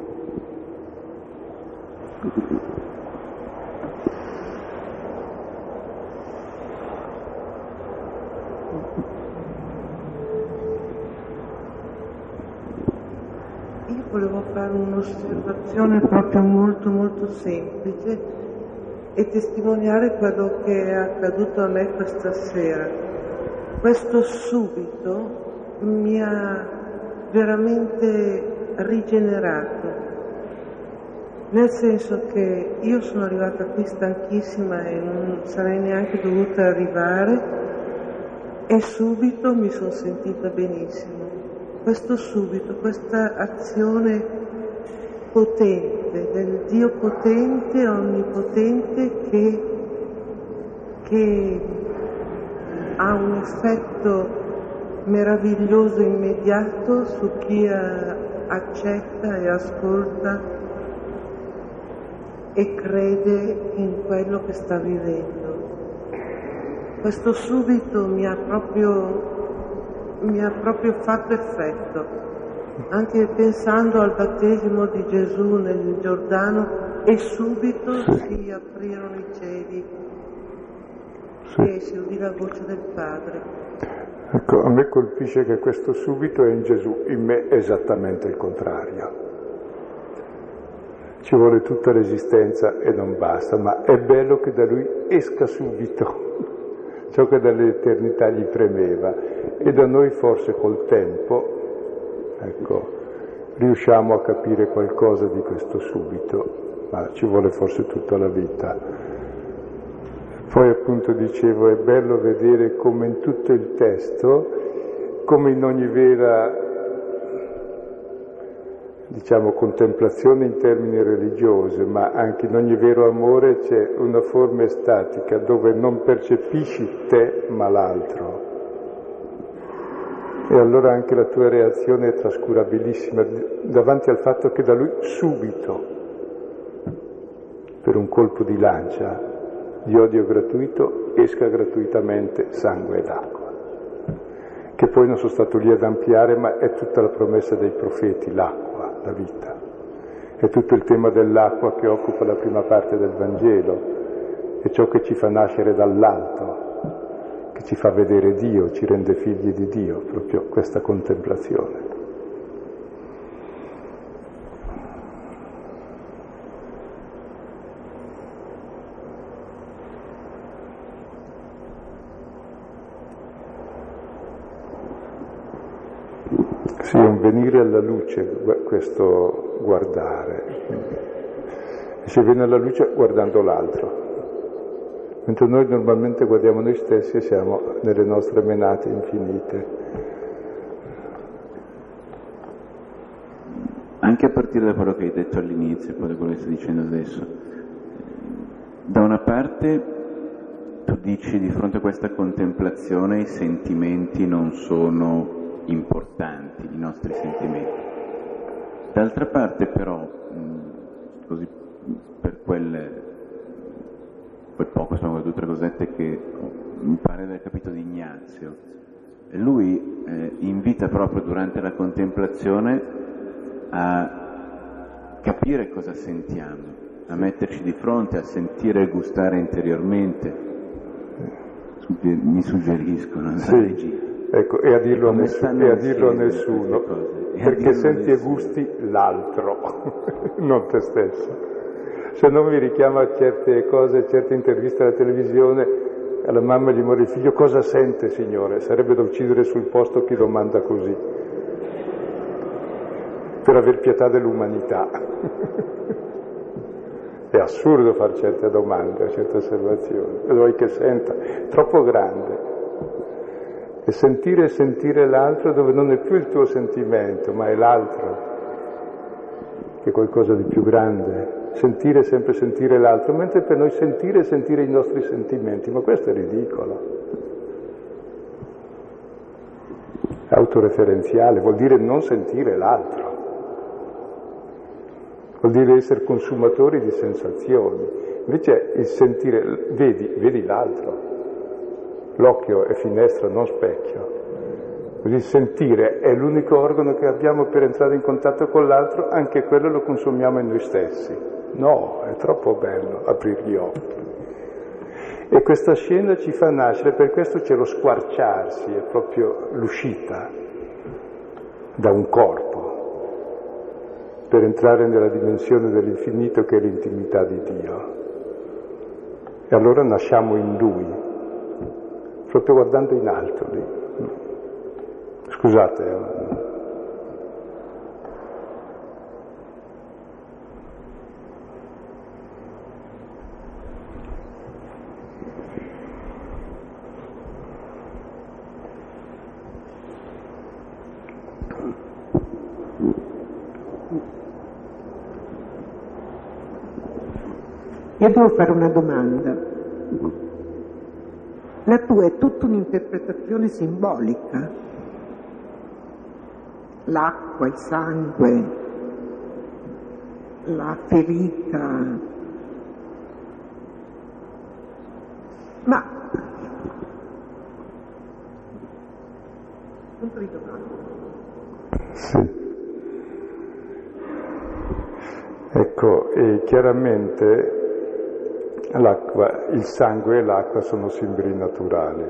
Io volevo fare un'osservazione proprio molto molto semplice e testimoniare quello che è accaduto a me questa sera. Questo subito mi ha veramente rigenerato. Nel senso che io sono arrivata qui stanchissima e non sarei neanche dovuta arrivare e subito mi sono sentita benissimo. Questo subito, questa azione potente, del Dio potente, onnipotente che ha un effetto meraviglioso immediato su chi accetta e ascolta e crede in quello che sta vivendo. Questo subito mi ha proprio fatto effetto, anche pensando al battesimo di Gesù nel Giordano, e subito si aprirono i cieli e si udì la voce del Padre. Ecco, a me colpisce che questo subito è in Gesù, in me è esattamente il contrario. Ci vuole tutta l'esistenza e non basta, ma è bello che da lui esca subito ciò che dall'eternità gli premeva, e da noi forse col tempo, ecco, riusciamo a capire qualcosa di questo subito, ma ci vuole forse tutta la vita. Poi appunto dicevo, è bello vedere come in tutto il testo, come in ogni vera, diciamo, contemplazione in termini religiosi, ma anche in ogni vero amore c'è una forma estatica dove non percepisci te ma l'altro. E allora anche la tua reazione è trascurabilissima davanti al fatto che da lui subito, per un colpo di lancia di odio gratuito, esca gratuitamente sangue ed acqua, che poi non sono stato lì ad ampliare, ma è tutta la promessa dei profeti, l'acqua, la vita. È tutto il tema dell'acqua che occupa la prima parte del Vangelo, è ciò che ci fa nascere dall'alto, che ci fa vedere Dio, ci rende figli di Dio, proprio questa contemplazione. Sì, è un venire alla luce questo guardare. E si viene alla luce guardando l'altro. Mentre noi normalmente guardiamo noi stessi e siamo nelle nostre menate infinite. Anche a partire da quello che hai detto all'inizio e poi da quello che stai dicendo adesso, da una parte tu dici di fronte a questa contemplazione i sentimenti non sono importanti, i nostri sentimenti. D'altra parte però, così per quel poco, sono 2 o 3 cosette che mi pare di aver capito di Ignazio, lui invita proprio durante la contemplazione a capire cosa sentiamo, a metterci di fronte, a sentire e gustare interiormente. Mi suggeriscono, sì, ecco, e a dirlo a nessuno, perché senti e gusti l'altro, non te stesso. Se non mi richiama a certe cose, certe interviste alla televisione, alla mamma gli muore il figlio, cosa sente, signore? Sarebbe da uccidere sul posto chi lo manda così, per aver pietà dell'umanità. È assurdo fare certe domande, certe osservazioni, vuoi che senta, è troppo grande. E sentire l'altro dove non è più il tuo sentimento, ma è l'altro, che è qualcosa di più grande. Sempre sentire l'altro, mentre per noi sentire i nostri sentimenti, ma questo è ridicolo. È autoreferenziale, vuol dire non sentire l'altro, vuol dire essere consumatori di sensazioni. Invece il sentire, vedi l'altro, l'occhio è finestra, non specchio. Il sentire è l'unico organo che abbiamo per entrare in contatto con l'altro, anche quello lo consumiamo in noi stessi. No, è troppo bello aprire gli occhi. E questa scena ci fa nascere, per questo c'è lo squarciarsi, è proprio l'uscita da un corpo, per entrare nella dimensione dell'infinito che è l'intimità di Dio. E allora nasciamo in Lui, proprio guardando in alto lì. Scusate. Io devo fare una domanda. La tua è tutta un'interpretazione simbolica? L'acqua, il sangue, la ferita. Ma punto di domanda. Sì. Ecco, e chiaramente l'acqua, il sangue e l'acqua sono simboli naturali.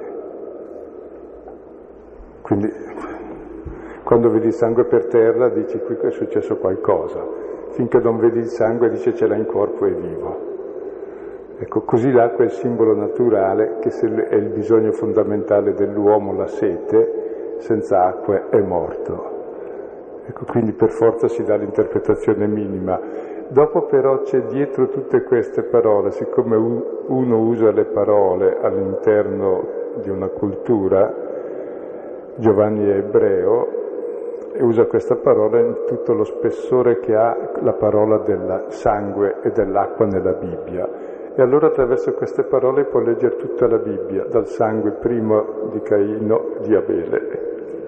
Quindi quando vedi il sangue per terra dici qui è successo qualcosa, finché non vedi il sangue dice ce l'ha in corpo, è vivo. Ecco, così l'acqua è il simbolo naturale, che è il bisogno fondamentale dell'uomo, la sete, senza acqua è morto. Ecco, quindi per forza si dà l'interpretazione minima. Dopo però c'è dietro tutte queste parole, siccome uno usa le parole all'interno di una cultura, Giovanni è ebreo, e usa questa parola in tutto lo spessore che ha la parola del sangue e dell'acqua nella Bibbia. E allora attraverso queste parole può leggere tutta la Bibbia, dal sangue primo di Caino, di Abele,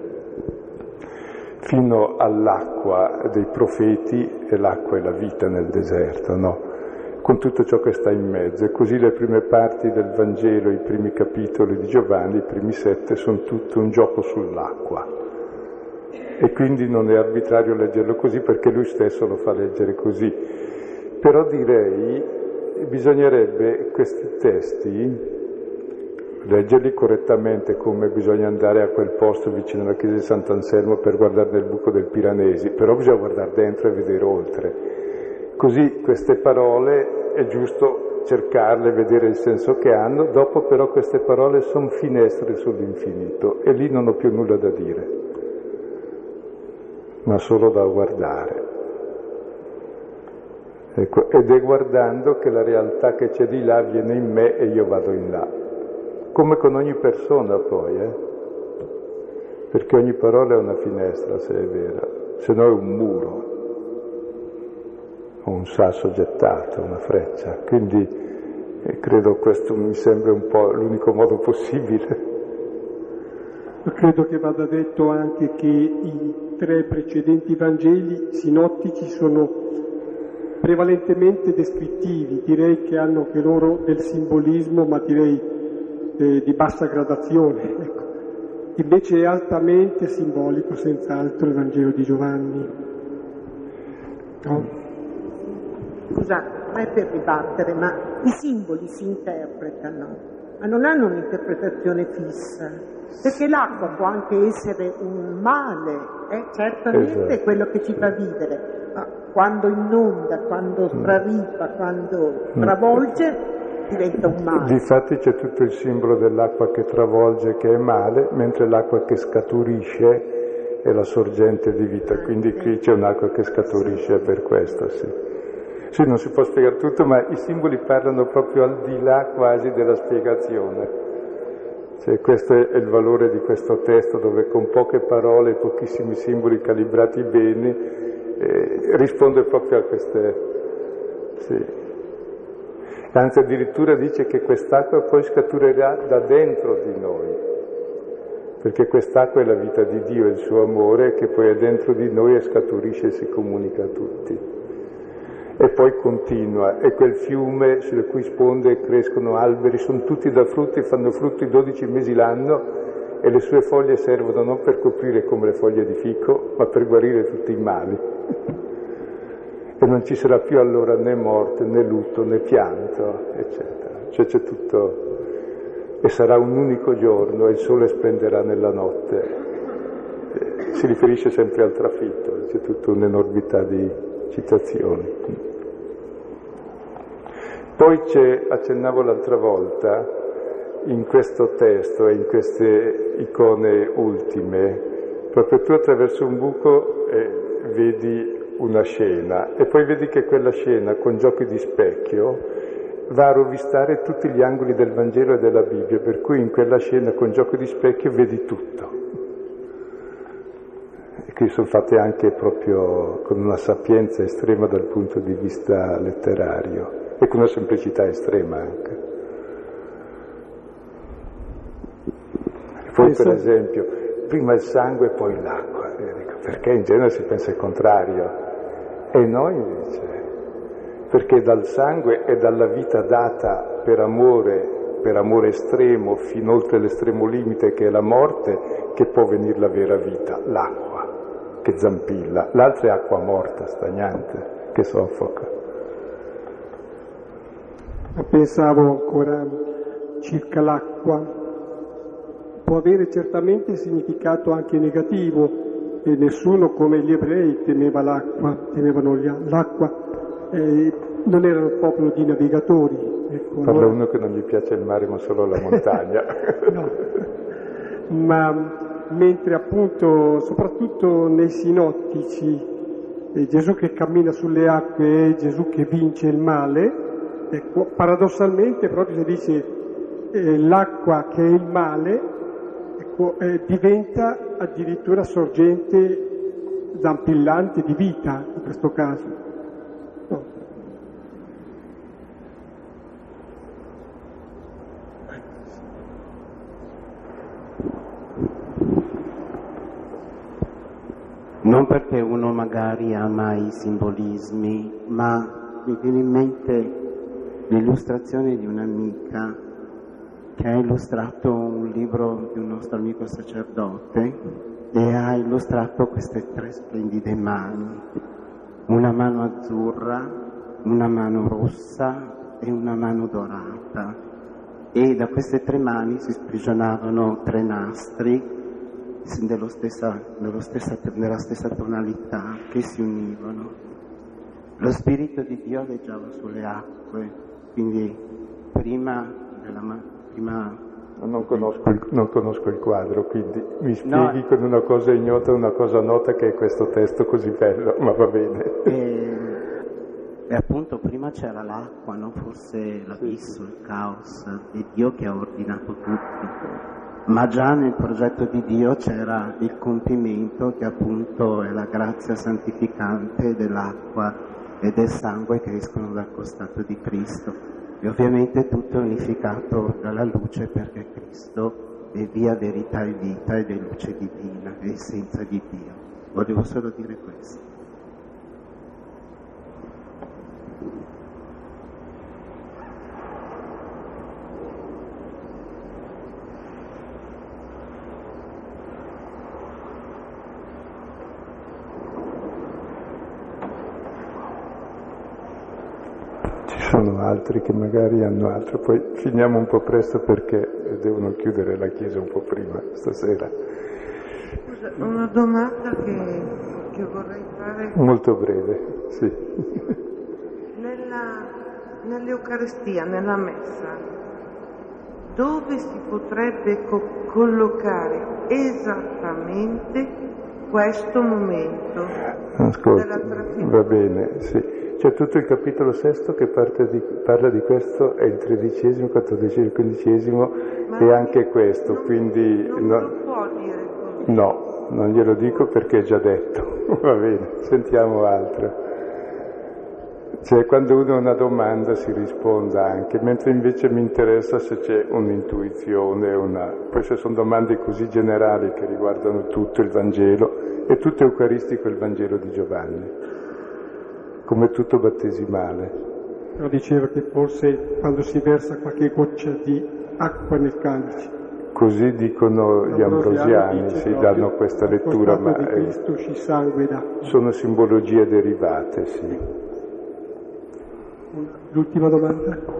fino all'acqua dei profeti, e l'acqua è la vita nel deserto, no? Con tutto ciò che sta in mezzo. E così le prime parti del Vangelo, i primi capitoli di Giovanni, i primi 7, sono tutto un gioco sull'acqua. E quindi non è arbitrario leggerlo così, perché lui stesso lo fa leggere così. Però direi, bisognerebbe questi testi leggerli correttamente, come bisogna andare a quel posto vicino alla chiesa di Sant'Anselmo per guardare nel buco del Piranesi, però bisogna guardare dentro e vedere oltre. Così queste parole è giusto cercarle, vedere il senso che hanno, dopo però queste parole sono finestre sull'infinito e lì non ho più nulla da dire. ma solo da guardare. Ecco, ed è guardando che la realtà che c'è di là viene in me e io vado in là. Come con ogni persona poi, perché ogni parola è una finestra, se è vera, se no è un muro, o un sasso gettato, una freccia. Quindi credo questo mi sembra un po' l'unico modo possibile. Credo che vada detto anche che i 3 precedenti Vangeli sinottici sono prevalentemente descrittivi, direi che hanno anche loro del simbolismo, ma direi di bassa gradazione. Ecco. Invece è altamente simbolico, senz'altro, il Vangelo di Giovanni. No? Scusate, non è per ribattere, ma i simboli si interpretano, ma non hanno un'interpretazione fissa, perché l'acqua può anche essere un male, certamente è quello che ci fa vivere, ma quando inonda, quando straripa, quando travolge, diventa un male. Difatti c'è tutto il simbolo dell'acqua che travolge, che è male, mentre l'acqua che scaturisce è la sorgente di vita, quindi qui c'è un'acqua che scaturisce per questo, sì. Sì, non si può spiegare tutto, ma i simboli parlano proprio al di là quasi della spiegazione. Cioè, questo è il valore di questo testo, dove con poche parole, pochissimi simboli calibrati bene, risponde proprio a queste... Sì. Anzi, addirittura dice che quest'acqua poi scaturerà da dentro di noi, perché quest'acqua è la vita di Dio, è il suo amore, che poi è dentro di noi e scaturisce e si comunica a tutti. E poi continua, e quel fiume sulle cui sponde crescono alberi, sono tutti da frutti, fanno frutti 12 mesi l'anno, e le sue foglie servono non per coprire come le foglie di fico, ma per guarire tutti i mali. E non ci sarà più allora né morte, né lutto, né pianto, eccetera. Cioè c'è tutto, e sarà un unico giorno, e il sole splenderà nella notte. Si riferisce sempre al trafitto, c'è tutta un'enormità di citazioni. Poi accennavo l'altra volta, in questo testo e in queste icone ultime, proprio tu attraverso un buco vedi una scena, e poi vedi che quella scena, con giochi di specchio, va a rovistare tutti gli angoli del Vangelo e della Bibbia, per cui in quella scena, con gioco di specchio, vedi tutto. E qui sono fatte anche proprio con una sapienza estrema dal punto di vista letterario, e con una semplicità estrema anche. Poi, per esempio, prima il sangue e poi l'acqua. Perché in genere si pensa il contrario, e noi invece, perché dal sangue e dalla vita data per amore estremo, fino oltre l'estremo limite che è la morte, che può venire la vera vita, l'acqua, che zampilla. L'altra è acqua morta, stagnante, che soffoca. Pensavo ancora circa l'acqua, può avere certamente significato anche negativo, e nessuno come gli ebrei temeva l'acqua, temevano l'acqua, non erano proprio di navigatori. Ecco, Parla uno che non gli piace il mare ma solo la montagna. No. Ma mentre appunto, soprattutto nei sinottici, Gesù che cammina sulle acque è Gesù che vince il male, ecco, paradossalmente proprio si dice l'acqua che è il male, diventa addirittura sorgente zampillante di vita, in questo caso. No. Non perché uno magari ama i simbolismi, ma mi viene in mente l'illustrazione di un'amica che ha illustrato un libro di un nostro amico sacerdote e ha illustrato queste 3 splendide mani, una mano azzurra, una mano rossa e una mano dorata, e da queste 3 mani si sprigionavano 3 nastri nella stessa tonalità, che si univano. Lo Spirito di Dio aleggiava sulle acque, quindi prima Non conosco il quadro, quindi mi spieghi con una cosa ignota una cosa nota che è questo testo così bello, ma va bene. E appunto prima c'era l'acqua, no? Forse l'abisso, il caos, è Dio che ha ordinato tutto. Ma già nel progetto di Dio c'era il compimento che appunto è la grazia santificante dell'acqua e del sangue che escono dal costato di Cristo. E ovviamente tutto è unificato dalla luce perché Cristo è via, verità e vita ed è luce divina, è essenza di Dio. Volevo solo dire questo. Sono altri che magari hanno altro, poi finiamo un po' presto perché devono chiudere la chiesa un po' prima stasera. Scusa, una domanda che vorrei fare. Molto breve, sì. Nell'Eucaristia, nella Messa, dove si potrebbe collocare esattamente questo momento della trazione? Va bene, sì. C'è tutto il capitolo sesto che parla di questo, è il 13°, 14°, 15° e anche questo, quindi... Non lo può dire così. No, non glielo dico perché è già detto. Va bene, sentiamo altro. Cioè, quando uno ha una domanda si risponda anche, mentre invece mi interessa se c'è un'intuizione, poi se sono domande così generali che riguardano tutto il Vangelo, è tutto eucaristico il Vangelo di Giovanni. Come tutto battesimale. Però diceva che forse quando si versa qualche goccia di acqua nel calice. Così dicono gli ambrosiani, si danno questa lettura, ma di Cristo ci sangue d'acqua. Sono simbologie derivate, sì. L'ultima domanda?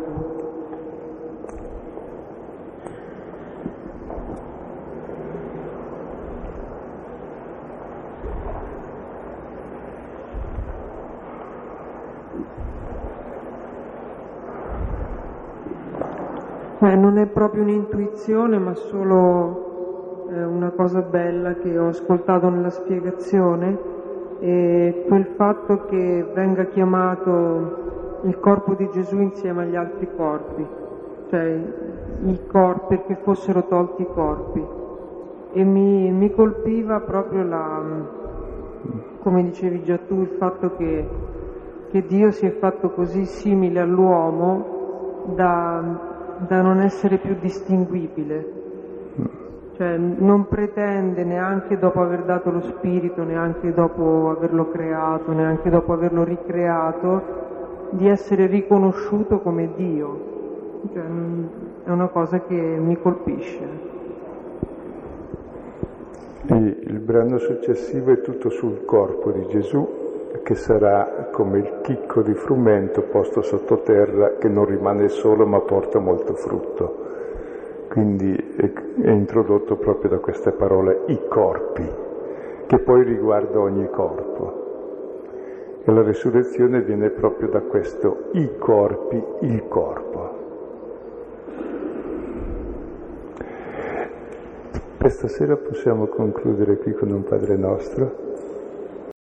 Non è proprio un'intuizione, ma solo una cosa bella che ho ascoltato nella spiegazione, e quel fatto che venga chiamato il corpo di Gesù insieme agli altri corpi, cioè i corpi, perché fossero tolti i corpi. E mi colpiva proprio come dicevi già tu, il fatto che Dio si è fatto così simile all'uomo da non essere più distinguibile, cioè non pretende neanche dopo aver dato lo spirito, neanche dopo averlo creato, neanche dopo averlo ricreato, di essere riconosciuto come Dio, cioè, è una cosa che mi colpisce. E il brano successivo è tutto sul corpo di Gesù, che sarà come il chicco di frumento posto sottoterra che non rimane solo ma porta molto frutto. Quindi è introdotto proprio da queste parole i corpi, che poi riguarda ogni corpo. E la resurrezione viene proprio da questo i corpi, il corpo. Per stasera possiamo concludere qui con un Padre Nostro.